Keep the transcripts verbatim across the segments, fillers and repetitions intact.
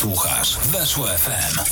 Słuchasz Weszło F M.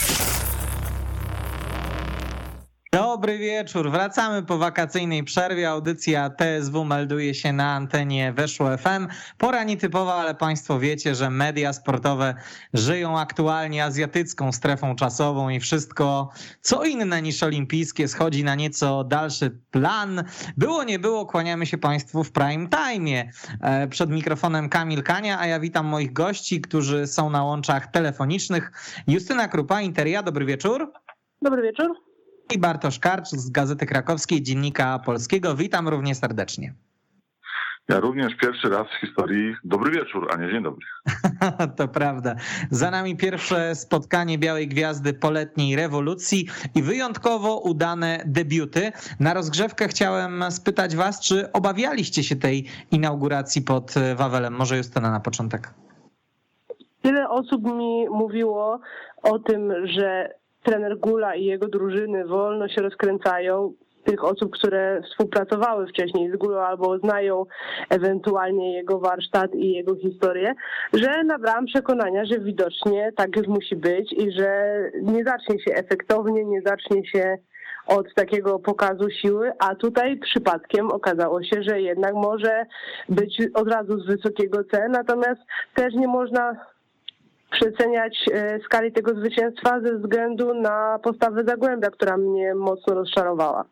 Dobry wieczór, wracamy po wakacyjnej przerwie, audycja T S W melduje się na antenie Weszło F M. Pora nietypowa, ale państwo wiecie, że media sportowe żyją aktualnie azjatycką strefą czasową i wszystko co inne niż olimpijskie schodzi na nieco dalszy plan. Było nie było, kłaniamy się państwu w prime time'ie. Przed mikrofonem Kamil Kania, a ja witam moich gości, którzy są na łączach telefonicznych. Justyna Krupa, Interia, dobry wieczór. Dobry wieczór. I Bartosz Karcz z Gazety Krakowskiej, Dziennika Polskiego. Witam równie serdecznie. Ja również pierwszy raz w historii dobry wieczór, a nie dzień dobry. To prawda. Za nami pierwsze spotkanie Białej Gwiazdy po letniej rewolucji i wyjątkowo udane debiuty. Na rozgrzewkę chciałem spytać was, czy obawialiście się tej inauguracji pod Wawelem? Może Justyna na początek. Wiele osób mi mówiło o tym, że trener Gula i jego drużyny wolno się rozkręcają. Tych osób, które współpracowały wcześniej z Gulą albo znają ewentualnie jego warsztat i jego historię, że nabrałam przekonania, że widocznie tak już musi być i że nie zacznie się efektownie, nie zacznie się od takiego pokazu siły, a tutaj przypadkiem okazało się, że jednak może być od razu z wysokiego C, natomiast też nie można przeceniać skali tego zwycięstwa ze względu na postawę Zagłębia, która mnie mocno rozczarowała.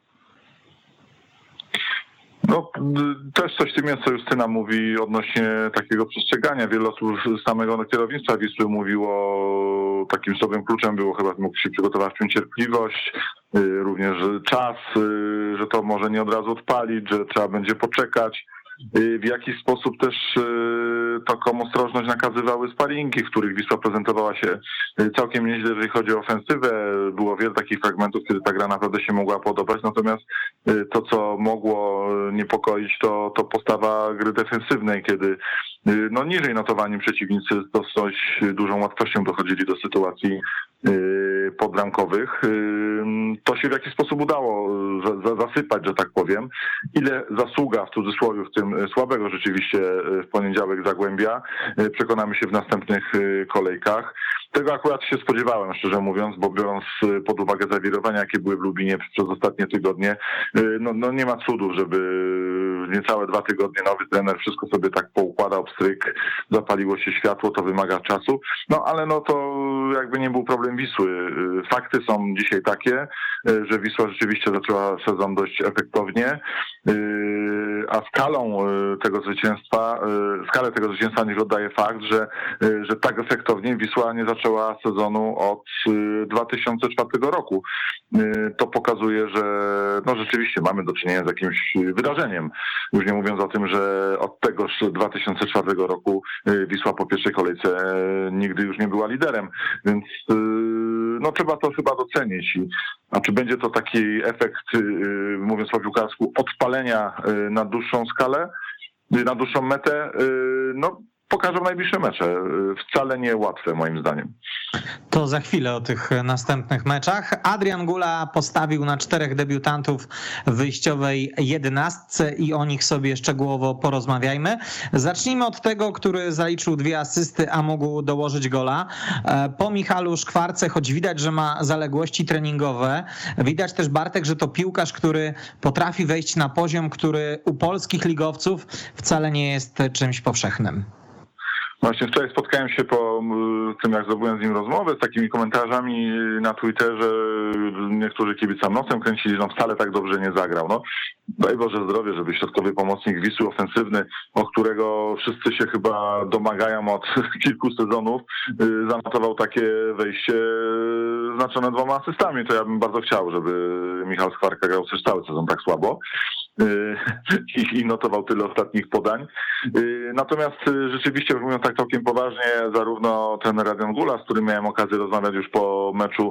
No, też coś w tym jest, co Justyna mówi odnośnie takiego przestrzegania. Wiele osób z samego kierownictwa Wisły mówiło, takim słabym kluczem było chyba mógł się przygotować cierpliwość, również czas, że to może nie od razu odpalić, że trzeba będzie poczekać. W jaki sposób też taką ostrożność nakazywały sparingi, w których Wisła prezentowała się całkiem nieźle, jeżeli chodzi o ofensywę. Było wiele takich fragmentów, kiedy ta gra naprawdę się mogła podobać, natomiast to, co mogło niepokoić, to, to postawa gry defensywnej, kiedy no, niżej notowani przeciwnicy z dosyć dużą łatwością dochodzili do sytuacji podbramkowych. To się w jakiś sposób udało zasypać, że tak powiem. Ile zasługa w cudzysłowie w tym słabego rzeczywiście w poniedziałek Zagłębia, przekonamy się w następnych kolejkach. Tego akurat się spodziewałem, szczerze mówiąc, bo biorąc pod uwagę zawirowania, jakie były w Lubinie przez ostatnie tygodnie, no, no nie ma cudów, żeby niecałe dwa tygodnie nowy trener wszystko sobie tak poukładał, pstryk, zapaliło się światło, to wymaga czasu. No ale no to jakby nie był problem Wisły. Fakty są dzisiaj takie, że Wisła rzeczywiście zaczęła sezon dość efektownie, a skalą tego zwycięstwa, skalę tego zwycięstwa niech oddaje fakt, że, że tak efektownie Wisła nie zaczęła sezonu od dwa tysiące czwartego roku. To pokazuje, że no rzeczywiście mamy do czynienia z jakimś wydarzeniem. Już nie mówiąc o tym, że od tegoż dwa tysiące czwartego roku Wisła po pierwszej kolejce nigdy już nie była liderem, więc no trzeba to chyba docenić. A czy będzie to taki efekt, mówiąc po piłkarsku, odpalenia na dłuższą skalę, na dłuższą metę? No pokażą najbliższe mecze. Wcale nie łatwe moim zdaniem. To za chwilę o tych następnych meczach. Adrian Gula postawił na czterech debiutantów w wyjściowej jedenastce i o nich sobie szczegółowo porozmawiajmy. Zacznijmy od tego, który zaliczył dwie asysty, a mógł dołożyć gola. Po Michalu Szkwarce, choć widać, że ma zaległości treningowe, widać też, Bartek, że to piłkarz, który potrafi wejść na poziom, który u polskich ligowców wcale nie jest czymś powszechnym. Właśnie wczoraj spotkałem się po tym, jak zdobyłem z nim rozmowę, z takimi komentarzami na Twitterze. Niektórzy kibicom nosem kręcili, że on wcale tak dobrze nie zagrał. No, daj Boże zdrowie, żeby środkowy pomocnik Wisły ofensywny, o którego wszyscy się chyba domagają od kilku sezonów, zanotował takie wejście znaczone dwoma asystami. To ja bym bardzo chciał, żeby Michał Skwarka grał też cały sezon tak słabo i notował tyle ostatnich podań. Natomiast rzeczywiście, mówiąc tak całkiem poważnie, zarówno ten Adrian Gula, z którym miałem okazję rozmawiać już po meczu,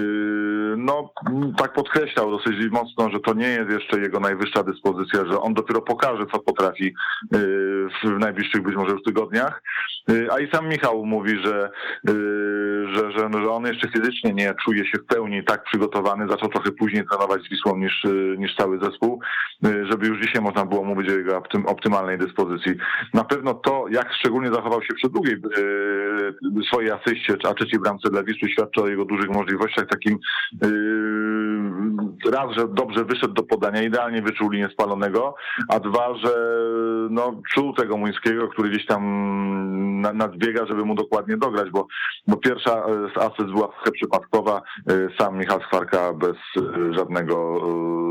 no tak podkreślał dosyć mocno, że to nie jest jeszcze jego najwyższa dyspozycja, że on dopiero pokaże, co potrafi w najbliższych być może już tygodniach. A i sam Michał mówi, że, że, że, że on jeszcze fizycznie nie czuje się w pełni tak przygotowany, zaczął trochę później trenować z Wisłą niż, niż cały zespół, żeby już dzisiaj można było mówić o jego optym, optymalnej dyspozycji. Na pewno to, jak szczególnie zachował się przy drugiej yy, swojej asyście, a trzeciej bramce dla Wisły, świadczy o jego dużych możliwościach, takim yy, raz, że dobrze wyszedł do podania, idealnie wyczuł linię spalonego, a dwa, że no, czuł tego Młyńskiego, który gdzieś tam nadbiega, żeby mu dokładnie dograć, bo, bo pierwsza z asyst była trochę przypadkowa, sam Michał Skwarka bez żadnego,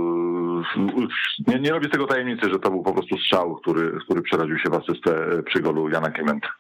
nie, nie robi z tego tajemnicy, że to był po prostu strzał, który, który przerodził się w asystę przy golu Jana Klimenta.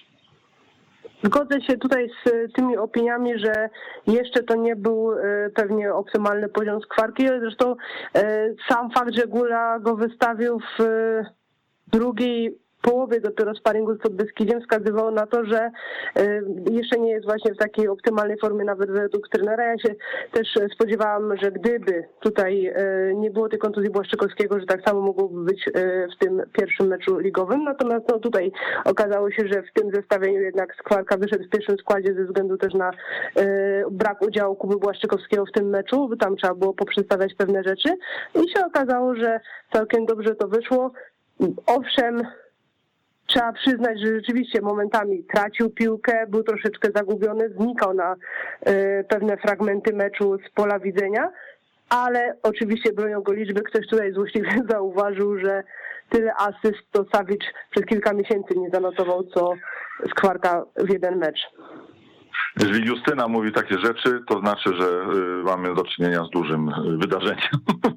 Zgodzę się tutaj z tymi opiniami, że jeszcze to nie był pewnie optymalny poziom Skwarki, ale zresztą sam fakt, że Gula go wystawił w drugiej połowie dopiero sparingu z Podbeskidziem wskazywało na to, że jeszcze nie jest właśnie w takiej optymalnej formie nawet według trenera. Ja się też spodziewałam, że gdyby tutaj nie było tej kontuzji Błaszczykowskiego, że tak samo mogłoby być w tym pierwszym meczu ligowym. Natomiast no, tutaj okazało się, że w tym zestawieniu jednak Skwarka wyszedł w pierwszym składzie ze względu też na brak udziału Kuby Błaszczykowskiego w tym meczu, bo tam trzeba było poprzestawiać pewne rzeczy i się okazało, że całkiem dobrze to wyszło. Owszem, trzeba przyznać, że rzeczywiście momentami tracił piłkę, był troszeczkę zagubiony, znikał na y, pewne fragmenty meczu z pola widzenia, ale oczywiście bronią go liczby. Ktoś tutaj złośliwie zauważył, że tyle asyst to Savic przez kilka miesięcy nie zanotował, co Skwarka w jeden mecz. Jeżeli Justyna mówi takie rzeczy, to znaczy, że y, mamy do czynienia z dużym wydarzeniem.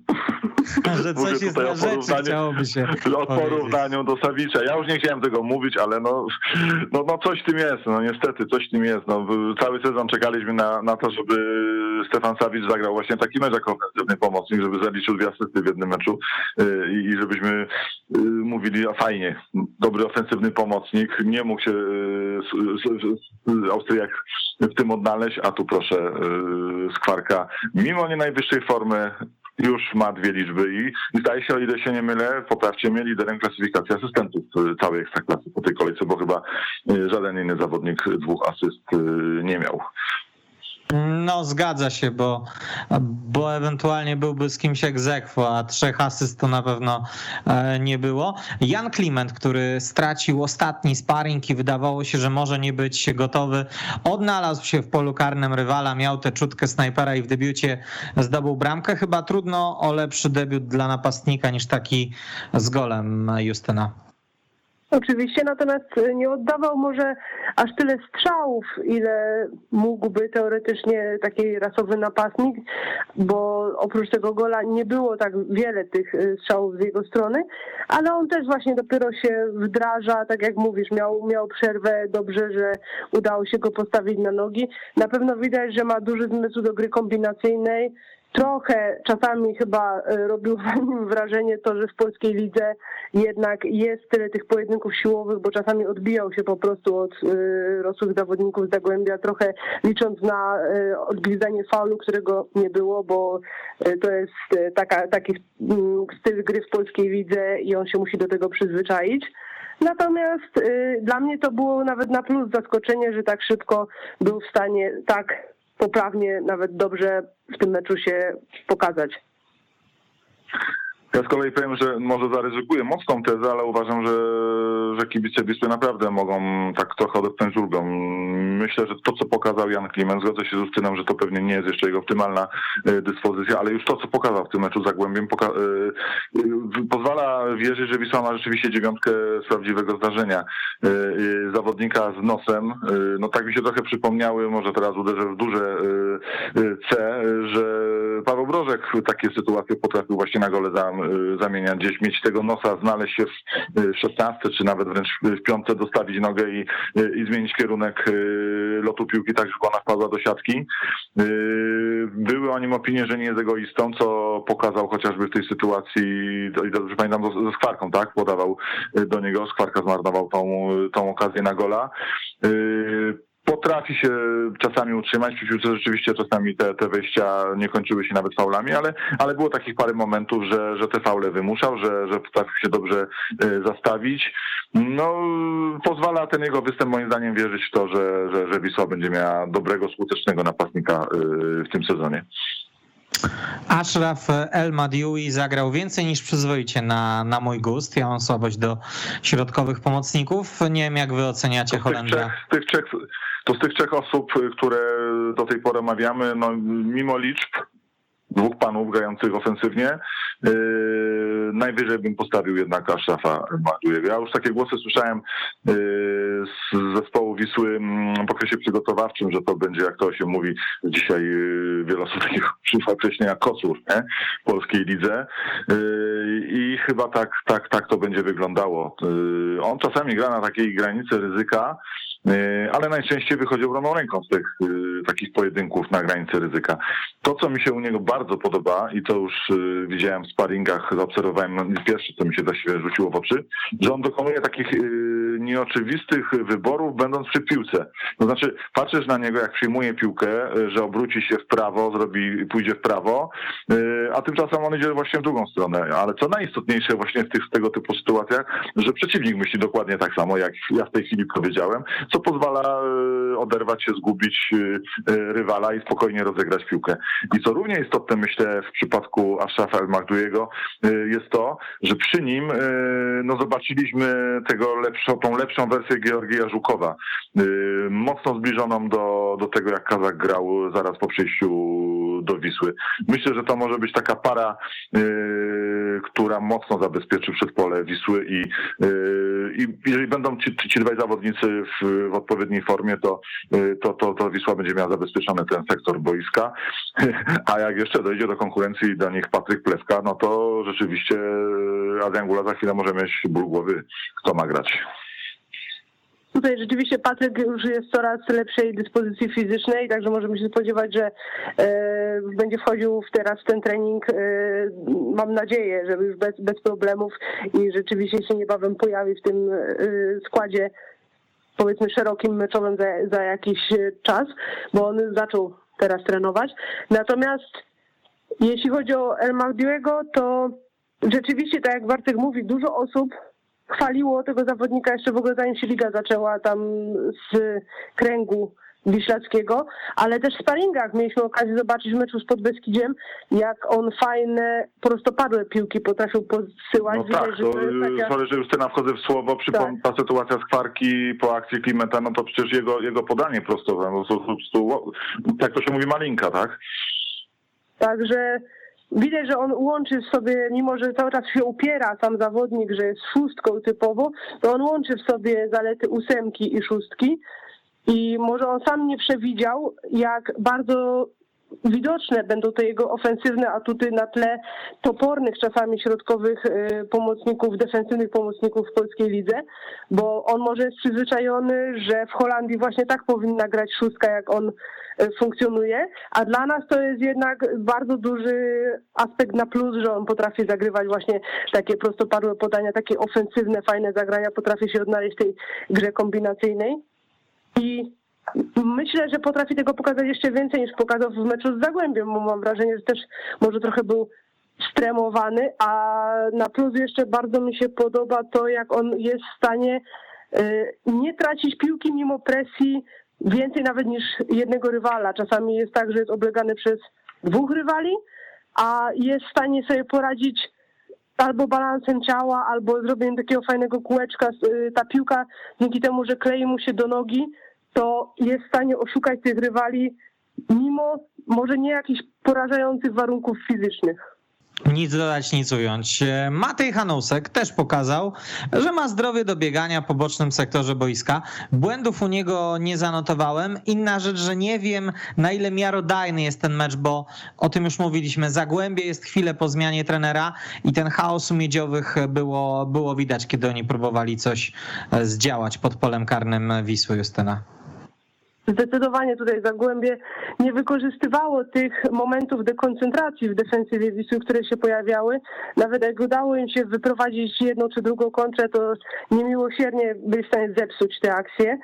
Że coś jest na rzeczy, chciałoby się o porównaniu do Savicza. Ja już nie chciałem tego mówić, ale no, no, no coś w tym jest, no niestety coś w tym jest. No, cały sezon czekaliśmy na, na to, żeby Stefan Savic zagrał właśnie taki mecz jako ofensywny pomocnik, żeby zaliczył dwie asysty w jednym meczu i, i żebyśmy mówili, a fajnie, dobry ofensywny pomocnik, nie mógł się Austriak w tym odnaleźć, a tu proszę Skwarka, mimo nie najwyższej formy, już ma dwie liczby i zdaje się, o ile się nie mylę, poprawcie mnie, liderem klasyfikacji asystentów całej Ekstraklasy po tej kolejce, bo chyba żaden inny zawodnik dwóch asyst nie miał. No zgadza się, bo, bo ewentualnie byłby z kimś ex aequo, a trzech asyst to na pewno nie było. Jan Kliment, który stracił ostatni sparring i wydawało się, że może nie być gotowy, odnalazł się w polu karnym rywala, miał tę czutkę snajpera i w debiucie zdobył bramkę. Chyba trudno o lepszy debiut dla napastnika niż taki z golem, Justyna. Oczywiście, natomiast nie oddawał może aż tyle strzałów, ile mógłby teoretycznie taki rasowy napastnik, bo oprócz tego gola nie było tak wiele tych strzałów z jego strony, ale on też właśnie dopiero się wdraża, tak jak mówisz, miał, miał przerwę, dobrze, że udało się go postawić na nogi. Na pewno widać, że ma duży zmysł do gry kombinacyjnej. Trochę czasami chyba robił na nim wrażenie to, że w polskiej lidze jednak jest tyle tych pojedynków siłowych, bo czasami odbijał się po prostu od rosłych zawodników z Zagłębia, trochę licząc na odgwizdanie faulu, którego nie było, bo to jest taka, taki styl gry w polskiej lidze i on się musi do tego przyzwyczaić. Natomiast y, dla mnie to było nawet na plus zaskoczenie, że tak szybko był w stanie tak poprawnie, nawet dobrze w tym meczu się pokazać. Ja z kolei powiem, że może zaryzykuję mocną tezę, ale uważam, że, że kibice Wisły naprawdę mogą tak trochę odetchnąć ulgą. Myślę, że to, co pokazał Jan Kliment, zgodzę się z Justyną, że to pewnie nie jest jeszcze jego optymalna dyspozycja, ale już to, co pokazał w tym meczu z Zagłębiem, poka- pozwala wierzyć, że Wisła ma rzeczywiście dziewiątkę z prawdziwego zdarzenia. Zawodnika z nosem, no tak mi się trochę przypomniały, może teraz uderzę w duże C, że Paweł Brożek takie sytuacje potrafił właśnie na gole za zamieniać, gdzieś mieć tego nosa, znaleźć się w szesnastce, czy nawet wręcz w piątce, dostawić nogę i, i zmienić kierunek lotu piłki tak, żeby ona wpadła do siatki. Były o nim opinie, że nie jest egoistą, co pokazał chociażby w tej sytuacji, i dobrze pamiętam, ze Skwarką, tak? Podawał do niego, Skwarka zmarnował tą, tą okazję na gola. potrafi się czasami utrzymać przy piłce, rzeczywiście czasami te, te wejścia nie kończyły się nawet faulami, ale, ale było takich parę momentów, że, że te faule wymuszał, że, że potrafił się dobrze zastawić. No, pozwala ten jego występ moim zdaniem wierzyć w to, że, że, że Wisła będzie miała dobrego, skutecznego napastnika w tym sezonie. Ashraf El Madioui zagrał więcej niż przyzwoicie na, na mój gust. Ja mam słabość do środkowych pomocników. Nie wiem, jak wy oceniacie to Holendra. Z tych trzech, to z tych trzech osób, które do tej pory omawiamy, no mimo liczb dwóch panów grających ofensywnie, yy, najwyżej bym postawił jednak Ashrafa Madioui. Ja już takie głosy słyszałem yy, z zespołu Wisły w okresie przygotowawczym, że to będzie, jak to się mówi dzisiaj, yy, wiele osób takich przyszła wcześniej jak kocur, nie? W polskiej lidze. Yy, I chyba tak, tak, tak to będzie wyglądało. Yy, on czasami gra na takiej granicy ryzyka, ale najczęściej wychodzi obronną ręką z tych y, takich pojedynków na granicy ryzyka. To, co mi się u niego bardzo podoba i to już y, widziałem w sparingach, zaobserwowałem, no, pierwsze, co mi się właściwie rzuciło w oczy, że on dokonuje takich y, nieoczywistych wyborów, będąc przy piłce. To znaczy, patrzysz na niego, jak przyjmuje piłkę, y, że obróci się w prawo, zrobi, pójdzie w prawo, y, a tymczasem on idzie właśnie w drugą stronę. Ale co najistotniejsze właśnie w tych tego typu sytuacjach, że przeciwnik myśli dokładnie tak samo, jak ja w tej chwili powiedziałem, co pozwala oderwać się, zgubić rywala i spokojnie rozegrać piłkę. I co równie istotne, myślę, w przypadku Ashrafa El Madioiego jest to, że przy nim no, zobaczyliśmy tego lepszą, tą lepszą wersję Georgija Żukowa, mocno zbliżoną do, do tego, jak Kazak grał zaraz po przyjściu do Wisły. Myślę, że to może być taka para, która mocno zabezpieczy przedpole Wisły i, i jeżeli będą ci, ci dwaj zawodnicy w, w odpowiedniej formie, to, to, to, to Wisła będzie miała zabezpieczony ten sektor boiska, a jak jeszcze dojdzie do konkurencji do nich Patryk Plewka, no to rzeczywiście Adrian Gula za chwilę może mieć ból głowy, kto ma grać. Tutaj rzeczywiście Patryk już jest w coraz lepszej dyspozycji fizycznej, także możemy się spodziewać, że e, będzie wchodził teraz w ten trening, e, mam nadzieję, że już bez, bez problemów i rzeczywiście się niebawem pojawi w tym e, składzie, powiedzmy szerokim meczowym za, za jakiś czas, bo on zaczął teraz trenować. Natomiast jeśli chodzi o El Madioiego, to rzeczywiście, tak jak Bartek mówi, dużo osób chwaliło tego zawodnika jeszcze w ogóle zanim się liga zaczęła tam z kręgu wiślackiego, ale też w sparingach mieliśmy okazję zobaczyć w meczu z Podbeskidziem, jak on fajne, prostopadłe piłki potrafił posyłać. No tak, to, taka... sorry, że już teraz wchodzę w słowo, przypomnę, tak. Ta sytuacja z Kwarki po akcji Klimenta, no to przecież jego, jego podanie prosto, no to po prostu, tak to się mówi, malinka, tak? Także widać, że on łączy w sobie, mimo że cały czas się upiera sam zawodnik, że jest szóstką typowo, to on łączy w sobie zalety ósemki i szóstki i może on sam nie przewidział, jak bardzo widoczne będą te jego ofensywne atuty na tle topornych czasami środkowych pomocników, defensywnych pomocników w polskiej lidze, bo on może jest przyzwyczajony, że w Holandii właśnie tak powinna grać szóstka, jak on funkcjonuje, a dla nas to jest jednak bardzo duży aspekt na plus, że on potrafi zagrywać właśnie takie prostopadłe podania, takie ofensywne, fajne zagrania, potrafi się odnaleźć w tej grze kombinacyjnej i myślę, że potrafi tego pokazać jeszcze więcej niż pokazał w meczu z Zagłębiem, bo mam wrażenie, że też może trochę był stremowany, a na plus jeszcze bardzo mi się podoba to, jak on jest w stanie nie tracić piłki mimo presji więcej nawet niż jednego rywala. Czasami jest tak, że jest oblegany przez dwóch rywali, a jest w stanie sobie poradzić albo balansem ciała, albo zrobieniem takiego fajnego kółeczka. Ta piłka dzięki temu, że klei mu się do nogi, to jest w stanie oszukać tych rywali mimo może nie jakichś porażających warunków fizycznych. Nic dodać, nic ująć. Matej Hanusek też pokazał, że ma zdrowie do biegania po bocznym sektorze boiska. Błędów u niego nie zanotowałem. Inna rzecz, że nie wiem, na ile miarodajny jest ten mecz, bo o tym już mówiliśmy. Zagłębie jest chwilę po zmianie trenera i ten chaos u miedziowych było, było widać, kiedy oni próbowali coś zdziałać pod polem karnym Wisły, Justyna. Zdecydowanie tutaj Zagłębie nie wykorzystywało tych momentów dekoncentracji w defensywie Wisły, które się pojawiały. Nawet jak udało im się wyprowadzić jedną czy drugą kontrę, to niemiłosiernie byli w stanie zepsuć te akcje.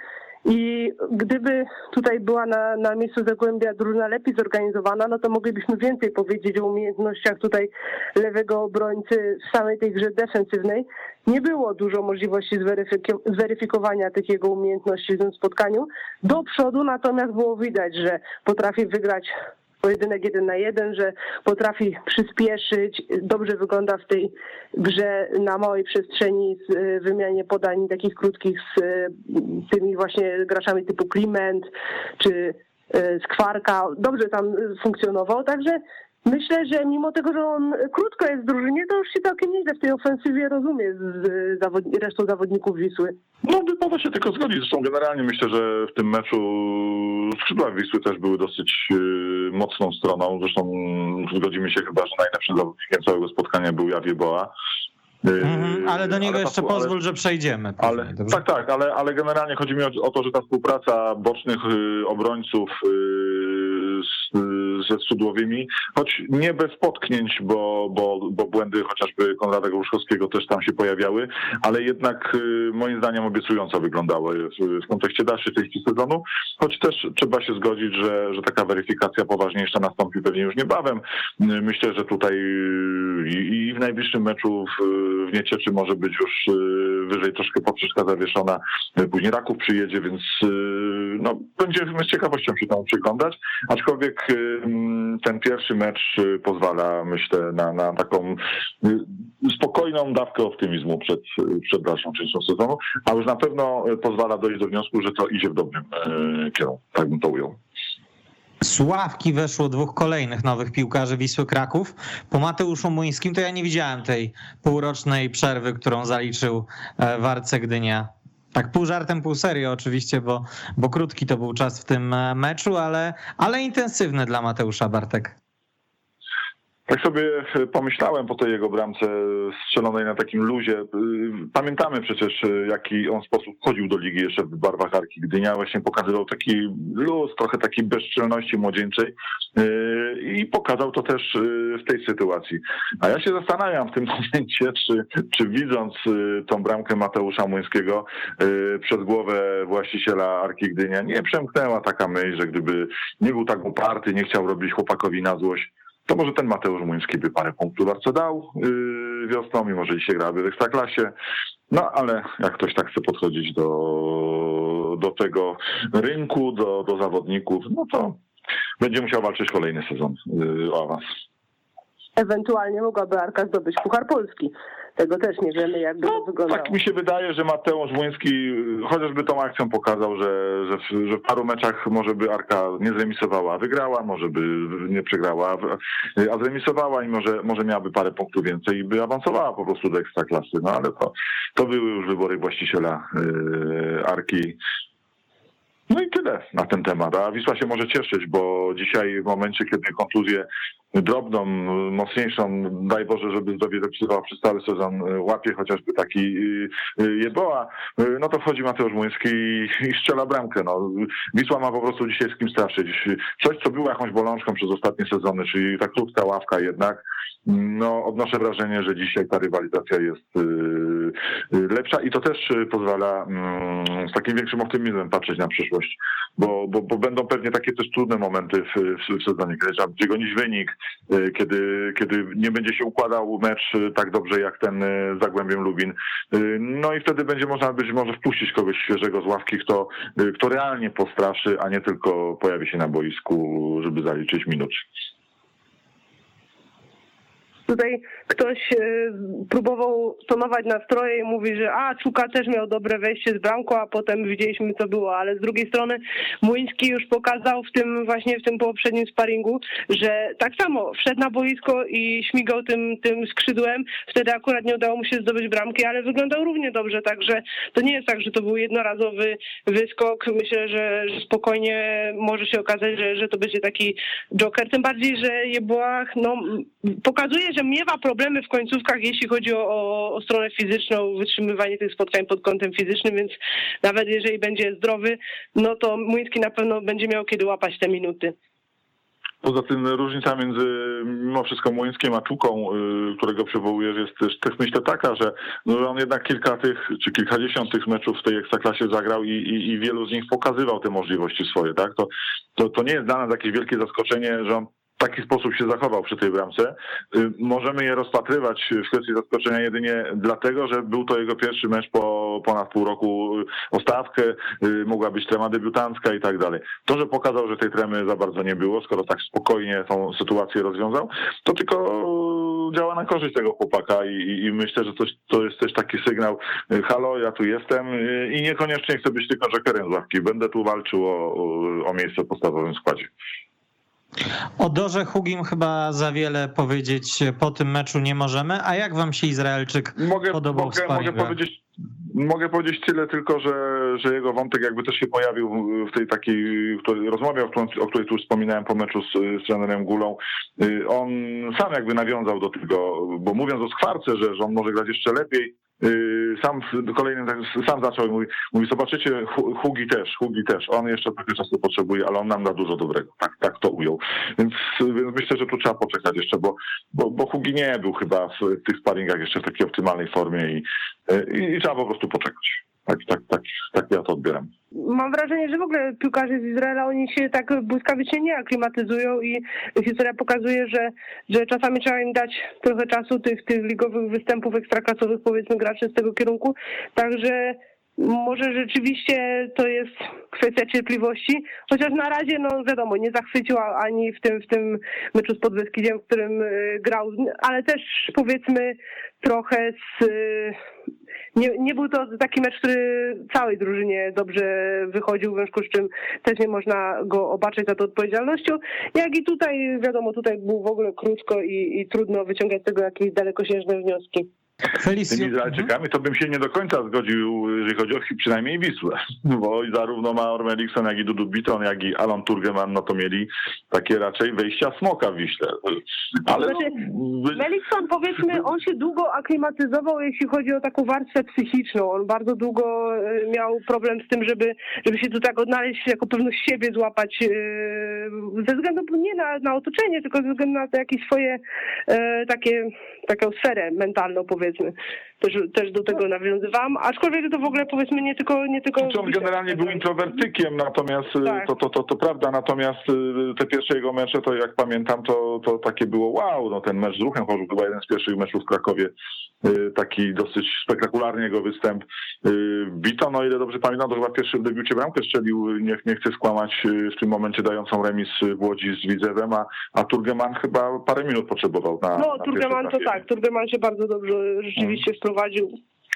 I gdyby tutaj była na, na miejscu Zagłębia drużyna lepiej zorganizowana, no to moglibyśmy więcej powiedzieć o umiejętnościach tutaj lewego obrońcy w samej tej grze defensywnej. Nie było dużo możliwości zweryfik- zweryfikowania tych jego umiejętności w tym spotkaniu. Do przodu natomiast było widać, że potrafi wygrać pojedynek jeden na jeden, że potrafi przyspieszyć, dobrze wygląda w tej grze na małej przestrzeni z wymianie podań takich krótkich z tymi właśnie graczami typu Kliment czy Skwarka. Dobrze tam funkcjonował, także myślę, że mimo tego, że on krótko jest w drużynie, to już się całkiem nieźle w tej ofensywie rozumie z zawod- resztą zawodników Wisły. No, można się tylko zgodzić. Zresztą generalnie myślę, że w tym meczu skrzydła Wisły też były dosyć mocną stroną. Zresztą zgodzimy się chyba, że najlepszym zawodnikiem całego spotkania był Jawie Boa. Mhm, ale do niego ale jeszcze ta, pozwól, ale, że przejdziemy. Ale, później, tak, tak, ale, ale generalnie chodzi mi o, o to, że ta współpraca bocznych obrońców z, ze skrzydłowymi, choć nie bez potknięć, bo, bo, bo błędy chociażby Konrada Gruszkowskiego też tam się pojawiały, ale jednak moim zdaniem obiecująco wyglądały w, w kontekście dalszej części sezonu, choć też trzeba się zgodzić, że, że taka weryfikacja poważniejsza nastąpi pewnie już niebawem. Myślę, że tutaj i, i w najbliższym meczu w, w Niecieczy może być już wyżej troszkę poprzeczka zawieszona, później Raków przyjedzie, więc no, będziemy z ciekawością się temu przyglądać, aczkolwiek ten pierwszy mecz pozwala, myślę, na, na taką spokojną dawkę optymizmu przed, przed dalszą częścią sezonu, a już na pewno pozwala dojść do wniosku, że to idzie w dobrym kierunku, tak bym to ujął. Z ławki weszło dwóch kolejnych nowych piłkarzy Wisły Kraków. Po Mateuszu Młyńskim to ja nie widziałem tej półrocznej przerwy, którą zaliczył w Arce Gdynia. Tak pół żartem, pół serio oczywiście, bo, bo krótki to był czas w tym meczu, ale, ale intensywny dla Mateusza, Bartek. Tak sobie pomyślałem po tej jego bramce strzelonej na takim luzie. Pamiętamy przecież, jaki on sposób wchodził do ligi jeszcze w barwach Arki Gdynia. Właśnie pokazywał taki luz, trochę takiej bezczelności młodzieńczej i pokazał to też w tej sytuacji. A ja się zastanawiam w tym momencie, czy, czy widząc tą bramkę Mateusza Młyńskiego przed głowę właściciela Arki Gdynia nie przemknęła taka myśl, że gdyby nie był tak uparty, nie chciał robić chłopakowi na złość, to może ten Mateusz Młyński by parę punktów Arce dał yy, wiosną, mimo że dzisiaj graby w Ekstraklasie. No ale jak ktoś tak chce podchodzić do, do tego rynku, do, do zawodników, no to będzie musiał walczyć kolejny sezon yy, o awans. Ewentualnie mogłaby Arka zdobyć Puchar Polski. Tego też nie wiemy, jak by to no, wyglądało. Tak mi się wydaje, że Mateusz Młyński chociażby tą akcją pokazał, że, że, w, że w paru meczach może by Arka nie zremisowała, a wygrała, może by nie przegrała, a zremisowała i może, może miałaby parę punktów więcej i by awansowała po prostu do Ekstraklasy. No ale to, to były już wybory właściciela yy, Arki. No i tyle na ten temat. A Wisła się może cieszyć, bo dzisiaj w momencie, kiedy kontuzję drobną, mocniejszą, daj Boże, żeby zdrowie zapisywała przez cały sezon, łapie chociażby taki Jeboa, no to wchodzi Mateusz Młyński i strzela bramkę. No, Wisła ma po prostu dzisiaj z kim straszyć. Coś, co było jakąś bolączką przez ostatnie sezony, czyli ta krótka ławka jednak, no odnoszę wrażenie, że dzisiaj ta rywalizacja jest lepsza i to też pozwala z takim większym optymizmem patrzeć na przyszłość, bo, bo, bo będą pewnie takie też trudne momenty w, w, w sezonie, kiedy trzeba będzie gonić wynik, kiedy, kiedy nie będzie się układał mecz tak dobrze jak ten z Zagłębiem Lubin. No i wtedy będzie można być może wpuścić kogoś świeżego z ławki, kto, kto realnie postraszy, a nie tylko pojawi się na boisku, żeby zaliczyć minut. Tutaj ktoś próbował tonować nastroje i mówi, że a, Czuka też miał dobre wejście z bramką, a potem widzieliśmy, co było, ale z drugiej strony Młyński już pokazał w tym właśnie w tym poprzednim sparingu, że tak samo wszedł na boisko i śmigał tym, tym skrzydłem, wtedy akurat nie udało mu się zdobyć bramki, ale wyglądał równie dobrze, także to nie jest tak, że to był jednorazowy wyskok. Myślę, że, że spokojnie może się okazać, że, że to będzie taki joker, tym bardziej, że Jeboach no, pokazuje, że miewa problemy w końcówkach, jeśli chodzi o, o, o stronę fizyczną, wytrzymywanie tych spotkań pod kątem fizycznym, więc nawet jeżeli będzie zdrowy, no to Młyński na pewno będzie miał kiedy łapać te minuty. Poza tym różnica między mimo wszystko Młyńskiem a Czuką, którego przywołujesz, jest też, też myślę taka, że, no, że on jednak kilka tych, czy kilkadziesiąt tych meczów w tej Ekstraklasie zagrał i, i, i wielu z nich pokazywał te możliwości swoje, tak? To, to, to nie jest dla nas jakieś wielkie zaskoczenie, że on w taki sposób się zachował przy tej bramce. Możemy je rozpatrywać w kwestii zaskoczenia jedynie dlatego, że był to jego pierwszy mecz po ponad pół roku o stawkę, mogła być trema debiutancka i tak dalej. To, że pokazał, że tej tremy za bardzo nie było, skoro tak spokojnie tą sytuację rozwiązał, to tylko działa na korzyść tego chłopaka i, i myślę, że to, to jest też taki sygnał: halo, ja tu jestem i niekoniecznie chcę być tylko jokerem z ławki, będę tu walczył o, o miejsce w podstawowym składzie. O Dorze Hugim chyba za wiele powiedzieć po tym meczu nie możemy. A jak wam się Izraelczyk mogę, podobał mogę, w mogę powiedzieć, mogę powiedzieć tyle tylko, że, że jego wątek jakby też się pojawił w tej takiej której rozmowie, o której tu już wspominałem po meczu z, z trenerem Gulą. On sam jakby nawiązał do tego, bo mówiąc o skwarce, że, że on może grać jeszcze lepiej, sam kolejny sam zaczął i mówi, mówi zobaczycie, Hugi też, Hugi też, on jeszcze trochę czasu potrzebuje, ale on nam da dużo dobrego. Tak, tak to ujął. Więc, więc myślę, że tu trzeba poczekać jeszcze, bo, bo, bo Hugi nie był chyba w tych sparingach jeszcze w takiej optymalnej formie i, i, i trzeba po prostu poczekać. Tak, tak, tak, tak ja to odbieram. Mam wrażenie, że w ogóle piłkarze z Izraela, oni się tak błyskawicznie nie aklimatyzują i historia pokazuje, że, że czasami trzeba im dać trochę czasu tych, tych ligowych występów ekstraklasowych, powiedzmy, graczy z tego kierunku. Także może rzeczywiście to jest kwestia cierpliwości, chociaż na razie, no wiadomo, nie zachwycił ani w tym, w tym meczu z Podbeskidziem, w którym grał, ale też powiedzmy trochę z... Nie, nie był to taki mecz, który całej drużynie dobrze wychodził, w związku z czym też nie można go obarczać za to odpowiedzialnością. Jak i tutaj, wiadomo, tutaj był w ogóle krótko i, i trudno wyciągać z tego jakieś dalekosiężne wnioski. Z tymi Izraelczykami to bym się nie do końca zgodził, jeżeli chodzi o przynajmniej Wisłę, bo zarówno Maor Melikson, jak i Dudu Biton, jak i Alan Turgeman, no to mieli takie raczej wejścia smoka w Wiśle. Ale znaczy, no... Melikson, powiedzmy, on się długo aklimatyzował, jeśli chodzi o taką warstwę psychiczną. On bardzo długo miał problem z tym, żeby, żeby się tu tak odnaleźć, jako pewność siebie złapać, ze względu nie na, na otoczenie, tylko ze względu na to jakieś swoje takie, taką sferę mentalną, powiedzmy. Też, też do tego nawiązywałam, aczkolwiek to w ogóle powiedzmy nie tylko... nie tylko on generalnie był introwertykiem, natomiast tak. to, to, to, to prawda, natomiast te pierwsze jego mecze, to jak pamiętam, to, to takie było wow, no ten mecz z Ruchem Chorzów, chyba jeden z pierwszych meczów w Krakowie, taki dosyć spektakularny jego występ. Bito, no ile dobrze pamiętam, to chyba pierwszy w debiucie bramkę strzelił, nie, nie chcę skłamać, w tym momencie dającą remis w Łodzi z Widzewem, a, a Turgeman chyba parę minut potrzebował na No, na Turgeman to tak, Turgeman się bardzo dobrze rzeczywiście hmm. wprowadził.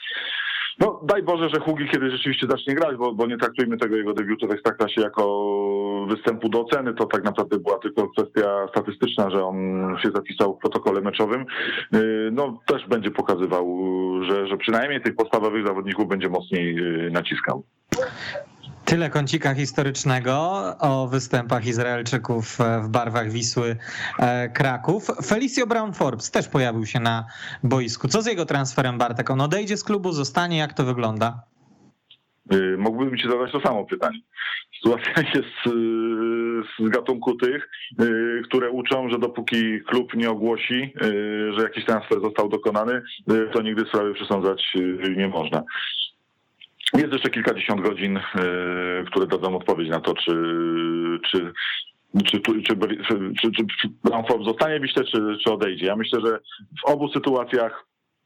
No daj Boże, że Hugi kiedy rzeczywiście zacznie grać, bo, bo nie traktujmy tego jego debiutu w Ekstraklasie jako występu do oceny, to tak naprawdę była tylko kwestia statystyczna, że on się zapisał w protokole meczowym. No też będzie pokazywał, że, że przynajmniej tych podstawowych zawodników będzie mocniej naciskał. Tyle kącika historycznego o występach Izraelczyków w barwach Wisły Kraków. Felicio Brown-Forbes też pojawił się na boisku. Co z jego transferem, Bartek? On odejdzie z klubu, zostanie? Jak to wygląda? Mógłbym ci zadać to samo pytanie. Sytuacja jest z gatunku tych, które uczą, że dopóki klub nie ogłosi, że jakiś transfer został dokonany, to nigdy sprawy przesądzać nie można. Jest jeszcze kilkadziesiąt godzin, które dadzą odpowiedź na to, czy czy czy, czy, czy, czy, czy Brown-Forbes zostanie w Wiśle, czy, czy odejdzie. Ja myślę, że w obu sytuacjach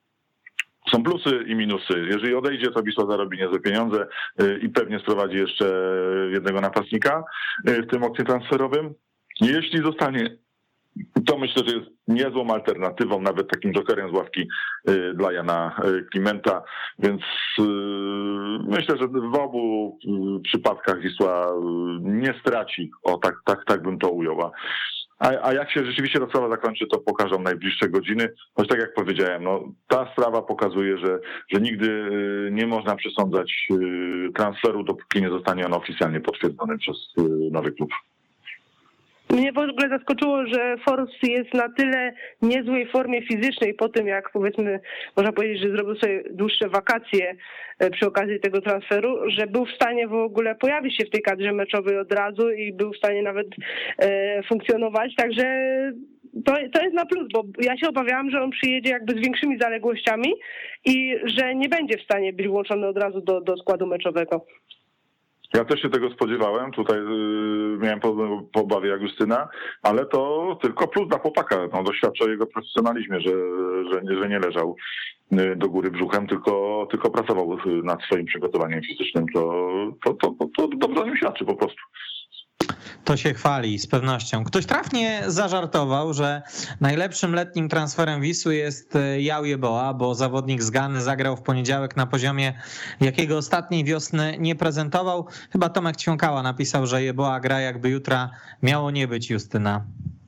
są plusy i minusy. Jeżeli odejdzie, to Wisła zarobi niezłe pieniądze i pewnie sprowadzi jeszcze jednego napastnika w tym oknie transferowym. Jeśli zostanie, to myślę, że jest niezłą alternatywą, nawet takim jokerem z ławki dla Jana Klimenta, więc myślę, że w obu przypadkach Wisła nie straci. O, tak, tak, tak bym to ujął. A, a jak się rzeczywiście ta sprawa zakończy, to pokażą najbliższe godziny. Choć tak jak powiedziałem, no, ta sprawa pokazuje, że, że nigdy nie można przesądzać transferu, dopóki nie zostanie on oficjalnie potwierdzony przez nowy klub. mnie w ogóle zaskoczyło, że Forss jest na tyle niezłej formie fizycznej po tym, jak powiedzmy, można powiedzieć, że zrobił sobie dłuższe wakacje przy okazji tego transferu, że był w stanie w ogóle pojawić się w tej kadrze meczowej od razu i był w stanie nawet funkcjonować, także to, to jest na plus, bo ja się obawiałam, że on przyjedzie jakby z większymi zaległościami i że nie będzie w stanie być włączony od razu do, do składu meczowego. Ja też się tego spodziewałem, tutaj yy, miałem po, po obawie jak Justyna, ale to tylko plus dla chłopaka, no, doświadcza o jego profesjonalizmie, że, że, że nie leżał do góry brzuchem, tylko, tylko pracował nad swoim przygotowaniem fizycznym, to, to, to, to, to dobrze o nim świadczy po prostu. To się chwali z pewnością. Ktoś trafnie zażartował, że najlepszym letnim transferem Wisły jest Jał Jeboa, bo zawodnik z Gany zagrał w poniedziałek na poziomie, jakiego ostatniej wiosny nie prezentował. Chyba Tomek Ćwiąkała napisał, że Jeboa gra jakby jutra miało nie być, Justyna.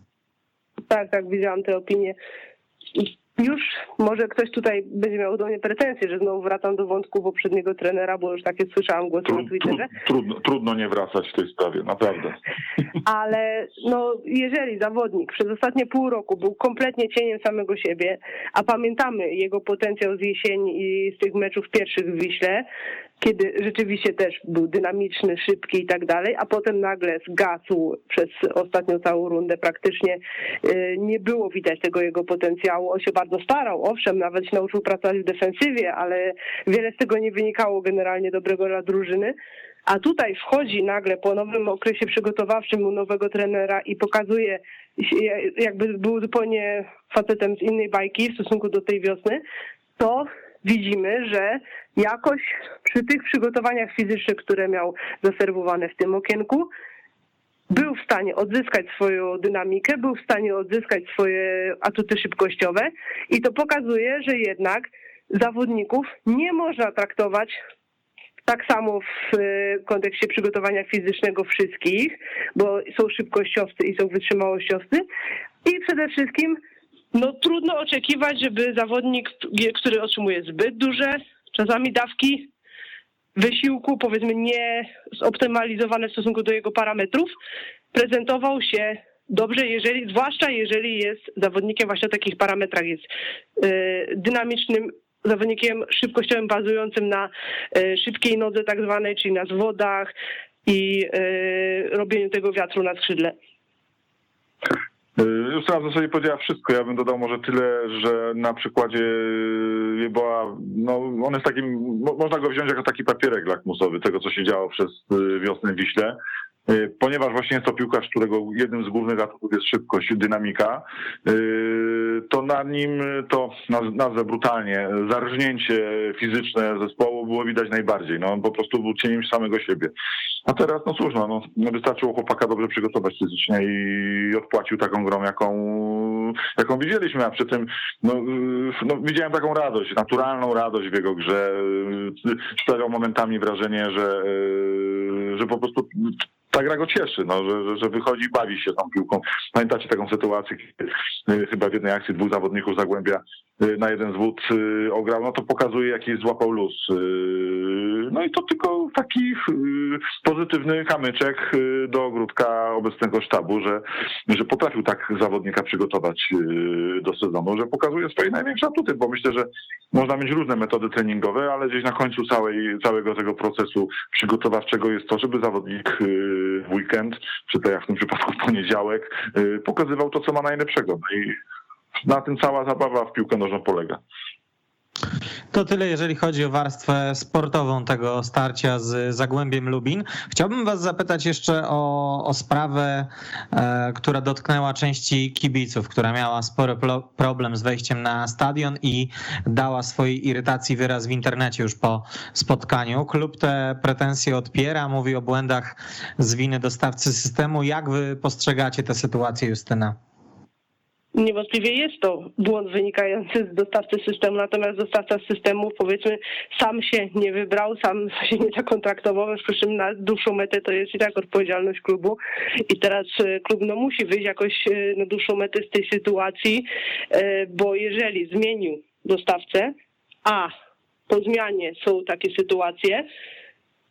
Tak, tak, widziałam tę opinię. Już może ktoś tutaj będzie miał do mnie pretensje, że znowu wracam do wątku poprzedniego trenera, bo już takie słyszałam głosy Trud, na Twitterze. Trudno, trudno nie wracać w tej sprawie, naprawdę. Ale no, jeżeli zawodnik przez ostatnie pół roku był kompletnie cieniem samego siebie, a pamiętamy jego potencjał z jesieni i z tych meczów pierwszych w Wiśle, kiedy rzeczywiście też był dynamiczny, szybki i tak dalej, a potem nagle zgasł przez ostatnią całą rundę, praktycznie nie było widać tego jego potencjału. On się bardzo starał, owszem, nawet się nauczył pracować w defensywie, ale wiele z tego nie wynikało generalnie dobrego dla drużyny. A tutaj wchodzi nagle po nowym okresie przygotowawczym u nowego trenera i pokazuje, jakby był zupełnie facetem z innej bajki w stosunku do tej wiosny, to widzimy, że jakoś przy tych przygotowaniach fizycznych, które miał zaserwowane w tym okienku, był w stanie odzyskać swoją dynamikę, był w stanie odzyskać swoje atuty szybkościowe i to pokazuje, że jednak zawodników nie można traktować tak samo w kontekście przygotowania fizycznego wszystkich, bo są szybkościowcy i są wytrzymałościowcy i przede wszystkim no trudno oczekiwać, żeby zawodnik, który otrzymuje zbyt duże czasami dawki wysiłku, powiedzmy nie zoptymalizowane w stosunku do jego parametrów, prezentował się dobrze, jeżeli, zwłaszcza jeżeli jest zawodnikiem właśnie o takich parametrach, jest dynamicznym zawodnikiem szybkościowym bazującym na szybkiej nodze tak zwanej, czyli na zwodach i robieniu tego wiatru na skrzydle. Już teraz w zasadzie powiedziała wszystko. Ja bym dodał może tyle, że na przykładzie Jeboa, no on jest takim, można go wziąć jako taki papierek lakmusowy tego, co się działo przez wiosnę w Wiśle. Ponieważ właśnie jest to piłkarz, którego jednym z głównych atutów jest szybkość, dynamika, to na nim to, nazwę brutalnie, zarżnięcie fizyczne zespołu było widać najbardziej. No, on po prostu był cieniem samego siebie. A teraz, no cóż, no, no wystarczyło chłopaka dobrze przygotować fizycznie i odpłacił taką grą, jaką, jaką widzieliśmy, a przy tym no, no, widziałem taką radość, naturalną radość w jego grze. Sprawiał momentami wrażenie, że, że po prostu ta gra go cieszy, no, że, że wychodzi i bawi się tą piłką. Pamiętacie taką sytuację, kiedy chyba w jednej akcji dwóch zawodników Zagłębia na jeden zwód ograł, no to pokazuje, jaki złapał luz. No i to tylko taki pozytywny kamyczek do ogródka obecnego sztabu, że, że potrafił tak zawodnika przygotować do sezonu, że pokazuje swoje największe atuty, bo myślę, że można mieć różne metody treningowe, ale gdzieś na końcu całej, całego tego procesu przygotowawczego jest to, żeby zawodnik w weekend, czy to jak w tym przypadku w poniedziałek, pokazywał to, co ma najlepszego. No i na tym cała zabawa w piłkę nożną polega. To tyle, jeżeli chodzi o warstwę sportową tego starcia z Zagłębiem Lubin. Chciałbym was zapytać jeszcze o, o sprawę, e, która dotknęła części kibiców, która miała spory problem z wejściem na stadion i dała swojej irytacji wyraz w internecie już po spotkaniu. Klub te pretensje odpiera, mówi o błędach z winy dostawcy systemu. Jak wy postrzegacie tę sytuację, Justyna? Niewątpliwie jest to błąd wynikający z dostawcy systemu, natomiast dostawca systemu, powiedzmy, sam się nie wybrał, sam się nie zakontraktował, przy czym na dłuższą metę to jest i tak odpowiedzialność klubu i teraz klub no, musi wyjść jakoś na dłuższą metę z tej sytuacji, bo jeżeli zmienił dostawcę, a po zmianie są takie sytuacje,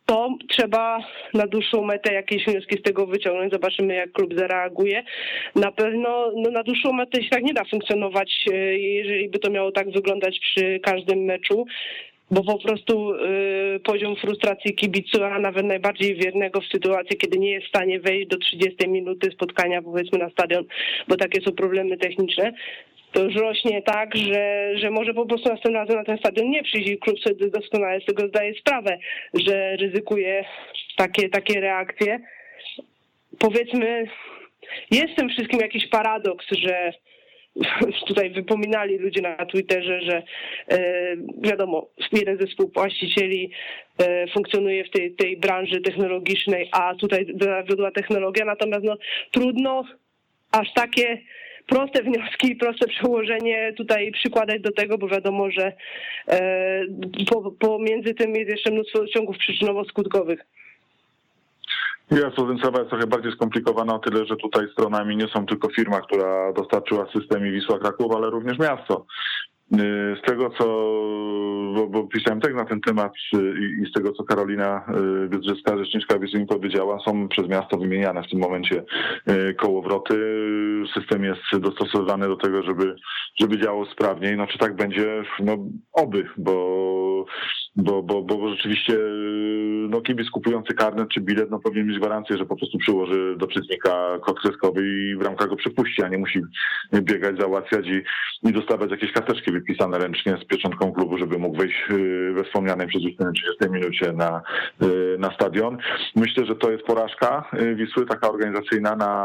to trzeba na dłuższą metę jakieś wnioski z tego wyciągnąć. Zobaczymy, jak klub zareaguje. Na pewno no, na dłuższą metę się tak nie da funkcjonować, jeżeli by to miało tak wyglądać przy każdym meczu, bo po prostu y, poziom frustracji kibicu, a nawet najbardziej wiernego w sytuacji, kiedy nie jest w stanie wejść do trzydziestej minuty spotkania, powiedzmy, na stadion, bo takie są problemy techniczne, to już rośnie tak, że, że może po prostu następnym razem na ten stadion nie przyjść i klub sobie doskonale z tego zdaje sprawę, że ryzykuje takie, takie reakcje. Powiedzmy, jest w tym wszystkim jakiś paradoks, że tutaj wypominali ludzie na Twitterze, że e, wiadomo, jeden ze współwłaścicieli e, funkcjonuje w tej, tej branży technologicznej, a tutaj zawiodła technologia, natomiast no, trudno aż takie proste wnioski i proste przełożenie tutaj przykładać do tego, bo wiadomo, że e, po, pomiędzy tym jest jeszcze mnóstwo ciągów przyczynowo-skutkowych. Jest, to sprawa jest trochę bardziej skomplikowana o tyle, że tutaj stronami nie są tylko firma, która dostarczyła system i Wisła Kraków, ale również miasto. Z tego, co, bo, bo pisałem tekst na ten temat i, i z tego, co Karolina Biedrzycka, rzeczniczka Wisły mi powiedziała, są przez miasto wymieniane w tym momencie kołowroty. System jest dostosowany do tego, żeby, żeby działał sprawniej. No czy tak będzie? No oby, bo Bo, bo, bo rzeczywiście no, kibic kupujący karnet czy bilet no, powinien mieć gwarancję, że po prostu przyłoży do czytnika kod kreskowy i bramka go przepuści, a nie musi biegać, załatwiać i, i dostawać jakieś karteczki wypisane ręcznie z pieczątką klubu, żeby mógł wejść we wspomnianej przez Justynę trzydziestej minucie na, na stadion. Myślę, że to jest porażka Wisły, taka organizacyjna na,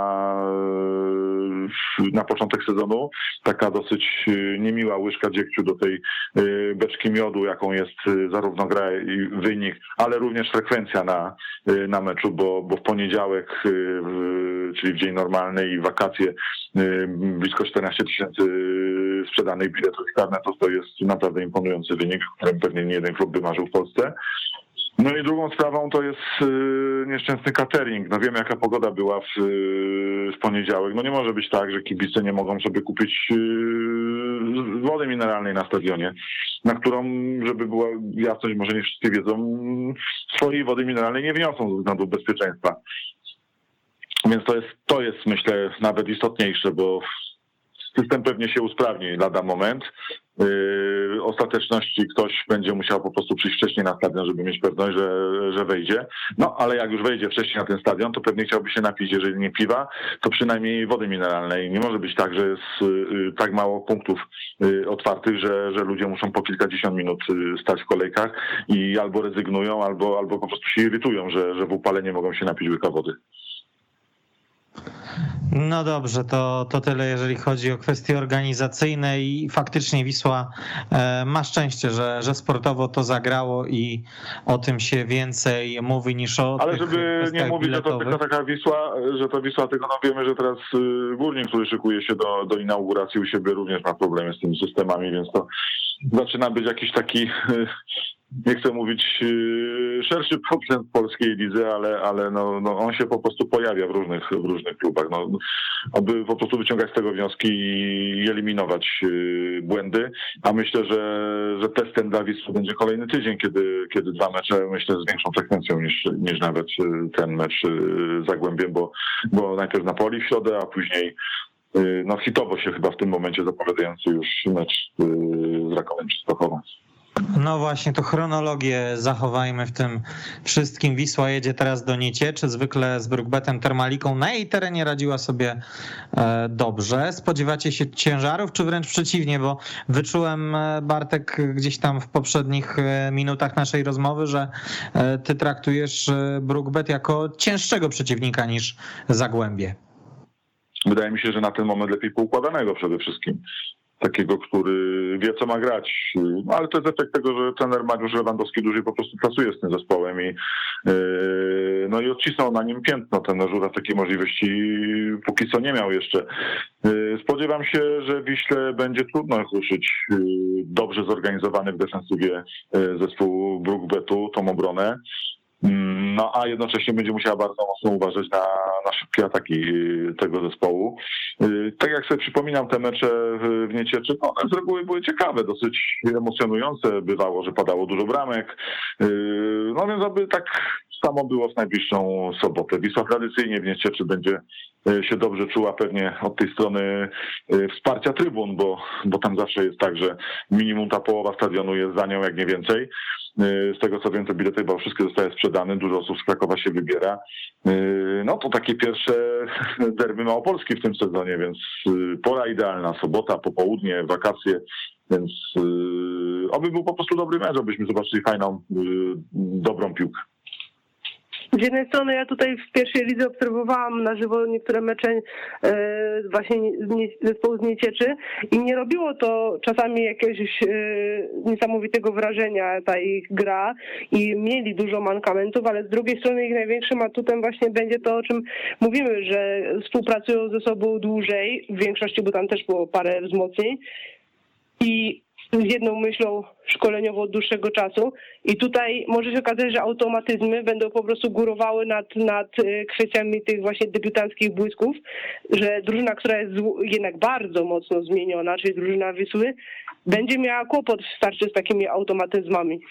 na początek sezonu, taka dosyć niemiła łyżka dziegciu do tej beczki miodu, jaką jest zarówno gra i wynik, ale również frekwencja na, na meczu, bo, bo w poniedziałek, czyli w dzień normalny i wakacje, blisko czternaście tysięcy sprzedanych biletów i karnetów, to jest naprawdę imponujący wynik, o którym pewnie nie jeden klub by marzył w Polsce. No i drugą sprawą to jest nieszczęsny catering. No wiemy, jaka pogoda była w, w poniedziałek. No nie może być tak, że kibice nie mogą sobie kupić wody mineralnej na stadionie, na którą, żeby była jasność, może nie wszyscy wiedzą, swojej wody mineralnej nie wniosą ze względu bezpieczeństwa. Więc to jest, to jest myślę nawet istotniejsze, bo system pewnie się usprawni lada moment. Yy, ostateczności ktoś będzie musiał po prostu przyjść wcześniej na stadion, żeby mieć pewność, że, że wejdzie. No ale jak już wejdzie wcześniej na ten stadion, to pewnie chciałby się napić, jeżeli nie piwa, to przynajmniej wody mineralnej. Nie może być tak, że jest yy, tak mało punktów yy, otwartych, że, że ludzie muszą po kilkadziesiąt minut yy, stać w kolejkach i albo rezygnują, albo, albo po prostu się irytują, że, że w upale nie mogą się napić łyka wody. No dobrze, to, to tyle, jeżeli chodzi o kwestie organizacyjne i faktycznie Wisła ma szczęście, że, że sportowo to zagrało i o tym się więcej mówi niż o Ale tych żeby nie mówić, biletowych. Że to tylko taka Wisła, że to Wisła, tylko no wiemy, że teraz Górnik, który szykuje się do, do inauguracji u siebie, również ma problemy z tymi systemami, więc to zaczyna być jakiś taki, nie chcę mówić szerszy problem w polskiej lidze, ale, ale no, no on się po prostu pojawia w różnych, w różnych klubach. No, aby po prostu wyciągać z tego wnioski i eliminować błędy, a myślę, że, że testem dla Wisły będzie kolejny tydzień, kiedy, kiedy dwa mecze, myślę, z większą frekwencją niż, niż nawet ten mecz z Zagłębiem, bo, bo najpierw Napoli w środę, a później no hitowo się chyba w tym momencie zapowiadający już mecz z Rakowem Częstochowa. No właśnie, to chronologię zachowajmy w tym wszystkim. Wisła jedzie teraz do Niecieczy, zwykle z Brukbetem Termaliką. Na jej terenie radziła sobie dobrze. Spodziewacie się ciężarów, czy wręcz przeciwnie? Bo wyczułem, Bartek, gdzieś tam w poprzednich minutach naszej rozmowy, że ty traktujesz Brukbet jako cięższego przeciwnika niż Zagłębie. Wydaje mi się, że na ten moment lepiej poukładanego przede wszystkim. Takiego, który wie, co ma grać. No, ale to jest efekt tego, że trener Mariusz Lewandowski dłużej po prostu pracuje z tym zespołem i yy, no i odcisnął na nim piętno. Ten Żura takiej możliwości póki co nie miał jeszcze. Yy, spodziewam się, że Wiśle będzie trudno ruszyć yy, dobrze zorganizowany w defensywie yy, zespół Brukbetu, tą obronę. No a jednocześnie będzie musiała bardzo mocno uważać na, na szybkie ataki tego zespołu. Tak jak sobie przypominam te mecze w Niecieczy, no one z reguły były ciekawe, dosyć emocjonujące. Bywało, że padało dużo bramek. No więc aby tak samo było w najbliższą sobotę. Wisła tradycyjnie w Niecieczy będzie się dobrze czuła pewnie od tej strony wsparcia trybun, bo, bo tam zawsze jest tak, że minimum ta połowa stadionu jest za nią, jak nie więcej. Z tego co wiem, te bilety chyba wszystkie zostały sprzedane, dużo osób z Krakowa się wybiera. No to takie pierwsze derby Małopolski w tym sezonie, więc pora idealna, sobota, popołudnie, wakacje, więc oby był po prostu dobry mecz, abyśmy zobaczyli fajną, dobrą piłkę. Z jednej strony ja tutaj w pierwszej lidze obserwowałam na żywo niektóre mecze właśnie zespołu z Niecieczy i nie robiło to czasami jakiegoś niesamowitego wrażenia ta ich gra i mieli dużo mankamentów, ale z drugiej strony ich największym atutem właśnie będzie to, o czym mówimy, że współpracują ze sobą dłużej, w większości, bo tam też było parę wzmocnień i z jedną myślą szkoleniową od dłuższego czasu i tutaj może się okazać, że automatyzmy będą po prostu górowały nad, nad kwestiami tych właśnie debiutanckich błysków, że drużyna, która jest jednak bardzo mocno zmieniona, czyli drużyna Wisły, będzie miała kłopot w starciu z takimi automatyzmami.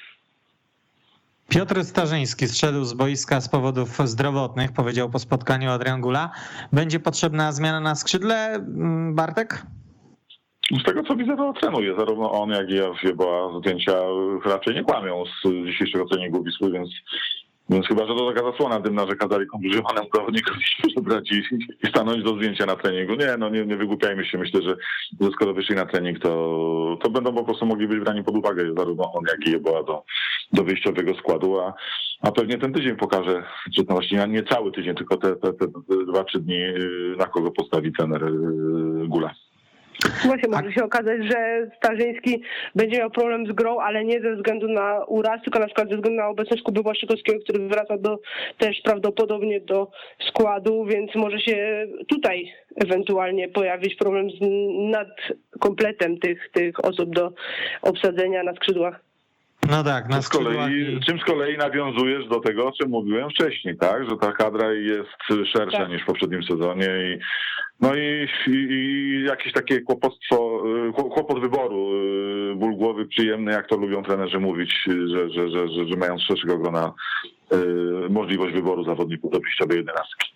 Piotr Starzyński zszedł z boiska z powodów zdrowotnych, powiedział po spotkaniu Adrian Gula. Będzie potrzebna zmiana na skrzydle, Bartek? Z tego co widzę, to trenuje. Zarówno on, jak i ja, bo zdjęcia raczej nie kłamią z dzisiejszego treningu Wisły, więc, więc chyba, że to taka zasłona dymna, że kazali kontuzjowanemu zawodnikowi się brać i, i stanąć do zdjęcia na treningu. Nie, no nie, nie wygłupiajmy się. Myślę, że, że skoro wyszli na trening, to, to będą po prostu mogli być brani pod uwagę zarówno on, jak i Jeboa do, do wyjściowego składu, a, a pewnie ten tydzień pokaże, czy to właśnie nie cały tydzień, tylko te, te, te dwa, trzy dni, na kogo postawi trener Gula. Właśnie może się okazać, że Starzyński będzie miał problem z grą, ale nie ze względu na uraz, tylko na przykład ze względu na obecność Kuby Błaszczykowskiego, który wraca do, też prawdopodobnie do składu, więc może się tutaj ewentualnie pojawić problem z nadkompletem tych, tych osób do obsadzenia na skrzydłach. No tak, na z kolei, czym z kolei nawiązujesz do tego, o czym mówiłem wcześniej, tak, że ta kadra jest szersza tak. niż w poprzednim sezonie i no i, i, i jakieś takie kłopotstwo, kłopot wyboru, ból głowy przyjemny, jak to lubią trenerzy mówić, że, że, że, że, że mają z szerszego grona możliwość wyboru zawodników do wyjściowej jedenastki.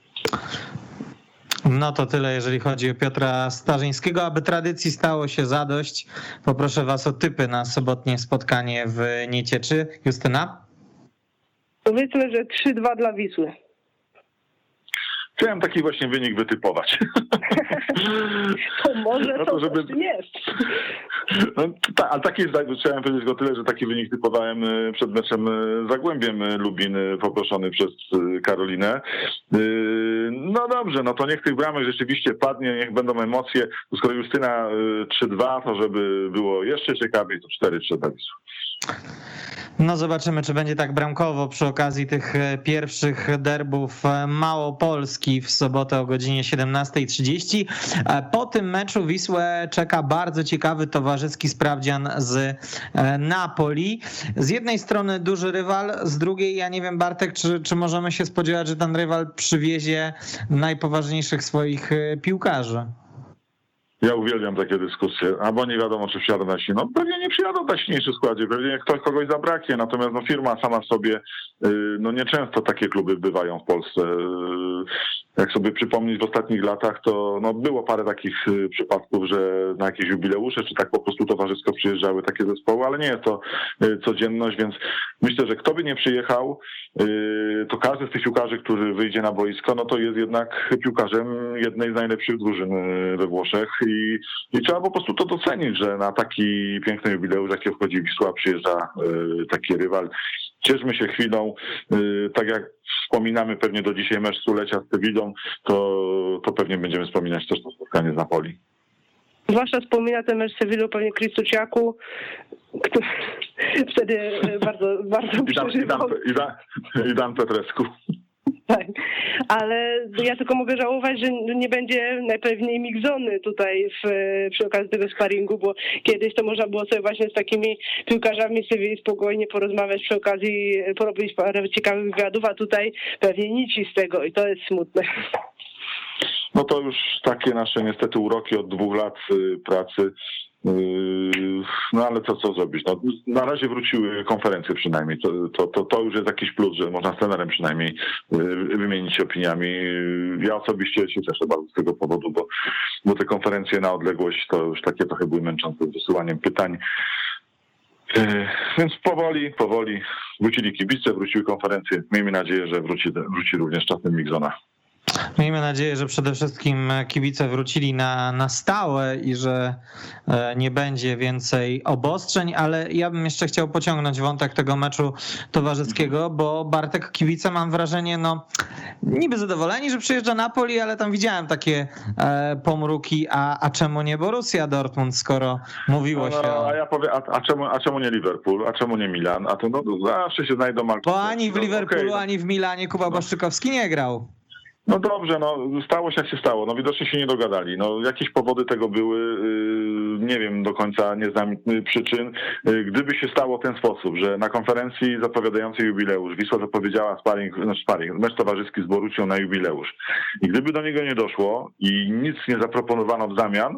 No to tyle, jeżeli chodzi o Piotra Starzyńskiego. Aby tradycji stało się zadość, poproszę was o typy na sobotnie spotkanie w Niecieczy. Justyna? Powiedzmy, że trzy dwa dla Wisły. Chciałem taki właśnie wynik wytypować. To może no to, to żeby... jest. No, ta, ale taki jest, chciałem powiedzieć o tyle, że taki wynik typowałem przed meczem z Zagłębiem Lubin, poproszony przez Karolinę. No dobrze, no to niech tych bramek rzeczywiście padnie, niech będą emocje. Skoro Justyna trzy dwa, to żeby było jeszcze ciekawiej, to cztery trzy dla Wisły. No zobaczymy, czy będzie tak bramkowo przy okazji tych pierwszych derbów Małopolski w sobotę o godzinie siedemnasta trzydzieści. Po tym meczu Wisłę czeka bardzo ciekawy towarzyski sprawdzian z Napoli. Z jednej strony duży rywal, z drugiej ja nie wiem, Bartek, czy, czy możemy się spodziewać, że ten rywal przywiezie najpoważniejszych swoich piłkarzy? Ja uwielbiam takie dyskusje, albo nie wiadomo, czy przyjadą nasi. No pewnie nie przyjadą w najsilniejszym składzie, pewnie ktoś kogoś zabraknie, natomiast no firma sama w sobie, no nieczęsto takie kluby bywają w Polsce. Jak sobie przypomnieć w ostatnich latach, to no było parę takich przypadków, że na jakieś jubileusze, czy tak po prostu towarzysko przyjeżdżały takie zespoły, ale nie jest to codzienność, więc myślę, że kto by nie przyjechał, to każdy z tych piłkarzy, który wyjdzie na boisko, no to jest jednak piłkarzem jednej z najlepszych drużyn we Włoszech i, i trzeba po prostu to docenić, że na taki piękny jubileusz, jaki wchodzi Wisła, przyjeżdża taki rywal. Cieszmy się chwilą, tak jak wspominamy pewnie do dzisiaj mecz stulecia z Sewillą, to, to pewnie będziemy wspominać też to spotkanie z Napoli. Zwłaszcza wspomina ten mecz z Sewillą pewnie Kristuciaku, który wtedy bardzo, bardzo przeżywał. I Dan, i Dan, i Dan Petrescu. Tak, ale ja tylko mogę żałować, że nie będzie najpewniej migzony tutaj w, przy okazji tego sparingu, bo kiedyś to można było sobie właśnie z takimi piłkarzami sobie spokojnie porozmawiać przy okazji, porobić parę ciekawych wywiadów, a tutaj pewnie nic z tego i to jest smutne. No to już takie nasze niestety uroki od dwóch lat pracy. No ale co, co zrobić? No, na razie wróciły konferencje przynajmniej. To, to, to, to już jest jakiś plus, że można z trenerem przynajmniej wymienić się opiniami. Ja osobiście się cieszę bardzo z tego powodu, bo, bo te konferencje na odległość to już takie trochę były męczące z wysyłaniem pytań. Więc powoli, powoli wrócili kibice, wróciły konferencje. Miejmy nadzieję, że wróci, wróci również czasem Migzona. Miejmy nadzieję, że przede wszystkim kibice wrócili na, na stałe i że nie będzie więcej obostrzeń, ale ja bym jeszcze chciał pociągnąć wątek tego meczu towarzyskiego, bo Bartek, kibice mam wrażenie, no niby zadowoleni, że przyjeżdża Napoli, ale tam widziałem takie e, pomruki, a, a czemu nie Borussia Dortmund, skoro mówiło się no, o... A ja powiem, a, a, czemu, a czemu nie Liverpool, a czemu nie Milan, a to no zawsze się znajdą malczycy. Bo ani w Liverpoolu, no, okay. ani w Milanie Kuba Błaszczykowski nie grał. No dobrze, no stało się jak się stało, no widocznie się nie dogadali, no jakieś powody tego były, nie wiem do końca, nie znam przyczyn. Gdyby się stało w ten sposób, że na konferencji zapowiadającej jubileusz Wisła zapowiedziała sparring, no sparring, mecz towarzyski z Borussią na jubileusz i gdyby do niego nie doszło i nic nie zaproponowano w zamian,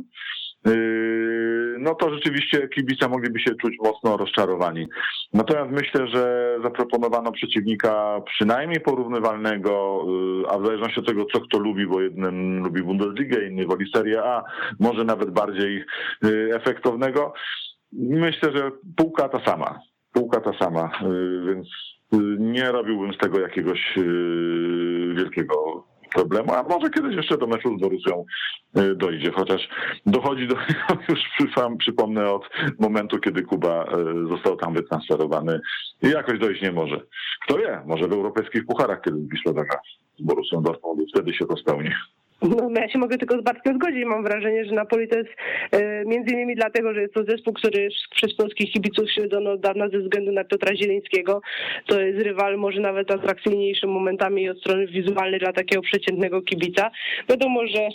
no to rzeczywiście kibice mogliby się czuć mocno rozczarowani. Natomiast myślę, że zaproponowano przeciwnika przynajmniej porównywalnego, a w zależności od tego, co kto lubi, bo jeden lubi Bundesligę, inny woli Serie A, może nawet bardziej efektownego. Myślę, że półka ta sama. Półka ta sama, więc nie robiłbym z tego jakiegoś wielkiego problemu, a może kiedyś jeszcze do meczu z Borussią dojdzie, chociaż dochodzi do już przypomnę od momentu, kiedy Kuba został tam wytransferowany i jakoś dojść nie może. Kto wie, może w europejskich pucharach kiedyś Wisła zagra z Borussią Dortmund, wtedy się to spełni. No, ja się mogę tylko z Bartkiem zgodzić. Mam wrażenie, że Napoli to jest e, między innymi dlatego, że jest to zespół, który przez polskich kibiców śledzono od dawna ze względu na Piotra Zielińskiego. To jest rywal może nawet atrakcyjniejszy momentami od strony wizualnej dla takiego przeciętnego kibica. Wiadomo, że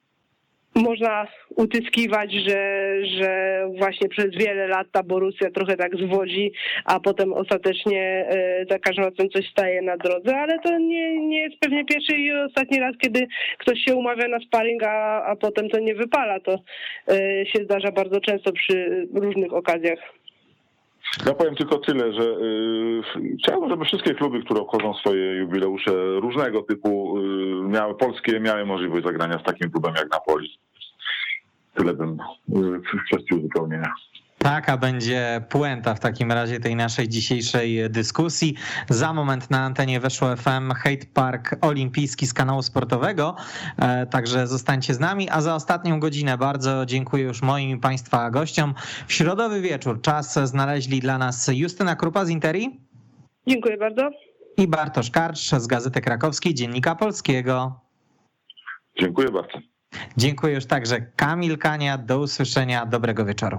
można utyskiwać, że, że właśnie przez wiele lat ta Borussia trochę tak zwodzi, a potem ostatecznie za każdym razem coś staje na drodze, ale to nie, nie jest pewnie pierwszy i ostatni raz, kiedy ktoś się umawia na sparring, a, a potem to nie wypala. To się zdarza bardzo często przy różnych okazjach. Ja powiem tylko tyle, że yy, chciałbym, żeby wszystkie kluby, które obchodzą swoje jubileusze różnego typu, yy, miały polskie, miały możliwość zagrania z takim klubem jak Napoli. Tyle bym yy, w kwestii uzupełnienia. Taka będzie puenta w takim razie tej naszej dzisiejszej dyskusji. Za moment na antenie Weszło F M Hate Park Olimpijski z kanału sportowego, także zostańcie z nami, a za ostatnią godzinę bardzo dziękuję już moim i Państwa gościom. W środowy wieczór czas znaleźli dla nas Justyna Krupa z Interi. Dziękuję bardzo. I Bartosz Karcz z Gazety Krakowskiej, Dziennika Polskiego. Dziękuję bardzo. Dziękuję już także Kamil Kania. Do usłyszenia. Dobrego wieczoru.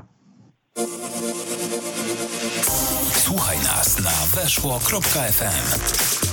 Słuchaj nas na weszło kropka ef em.